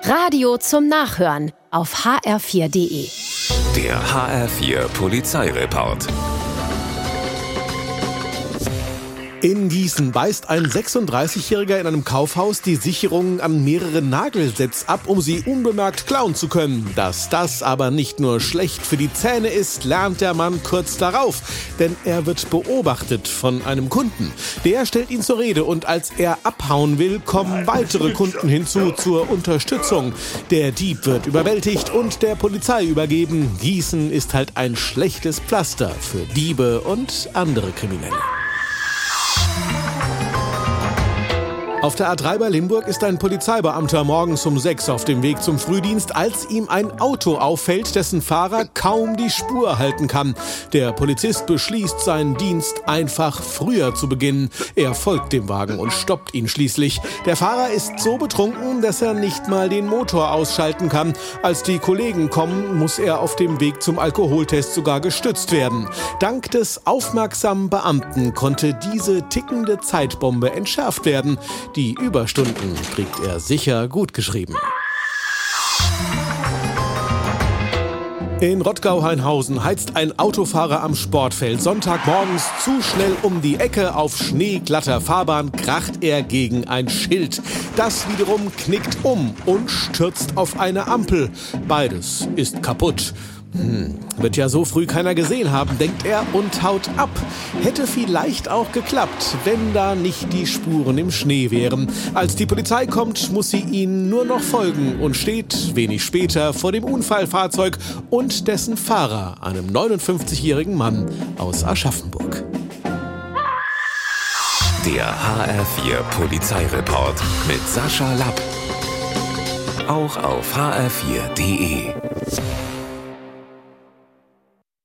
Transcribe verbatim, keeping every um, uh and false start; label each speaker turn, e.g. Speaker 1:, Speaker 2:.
Speaker 1: Radio zum Nachhören auf h r vier punkt d e.
Speaker 2: Der H R vier Polizeireport.
Speaker 3: In Gießen beißt ein sechsunddreißigjähriger in einem Kaufhaus die Sicherungen an mehreren Nagelsets ab, um sie unbemerkt klauen zu können. Dass das aber nicht nur schlecht für die Zähne ist, lernt der Mann kurz darauf. Denn er wird beobachtet von einem Kunden. Der stellt ihn zur Rede und als er abhauen will, kommen weitere Kunden hinzu zur Unterstützung. Der Dieb wird überwältigt und der Polizei übergeben. Gießen ist halt ein schlechtes Pflaster für Diebe und andere Kriminelle. Auf der A drei bei Limburg ist ein Polizeibeamter morgens um sechs auf dem Weg zum Frühdienst, als ihm ein Auto auffällt, dessen Fahrer kaum die Spur halten kann. Der Polizist beschließt, seinen Dienst einfach früher zu beginnen. Er folgt dem Wagen und stoppt ihn schließlich. Der Fahrer ist so betrunken, dass er nicht mal den Motor ausschalten kann. Als die Kollegen kommen, muss er auf dem Weg zum Alkoholtest sogar gestützt werden. Dank des aufmerksamen Beamten konnte diese tickende Zeitbombe entschärft werden. Die Überstunden kriegt er sicher gut geschrieben. In Rottgau-Hainhausen heizt ein Autofahrer am Sportfeld Sonntagmorgens zu schnell um die Ecke. Auf schneeglatter Fahrbahn kracht er gegen ein Schild. Das wiederum knickt um und stürzt auf eine Ampel. Beides ist kaputt. Hm, wird ja so früh keiner gesehen haben, denkt er und haut ab. Hätte vielleicht auch geklappt, wenn da nicht die Spuren im Schnee wären. Als die Polizei kommt, muss sie ihnen nur noch folgen und steht wenig später vor dem Unfallfahrzeug und dessen Fahrer, einem neunundfünfzigjährigen Mann aus Aschaffenburg.
Speaker 2: Der H R vier Polizeireport mit Sascha Lapp. Auch auf h r vier punkt d e.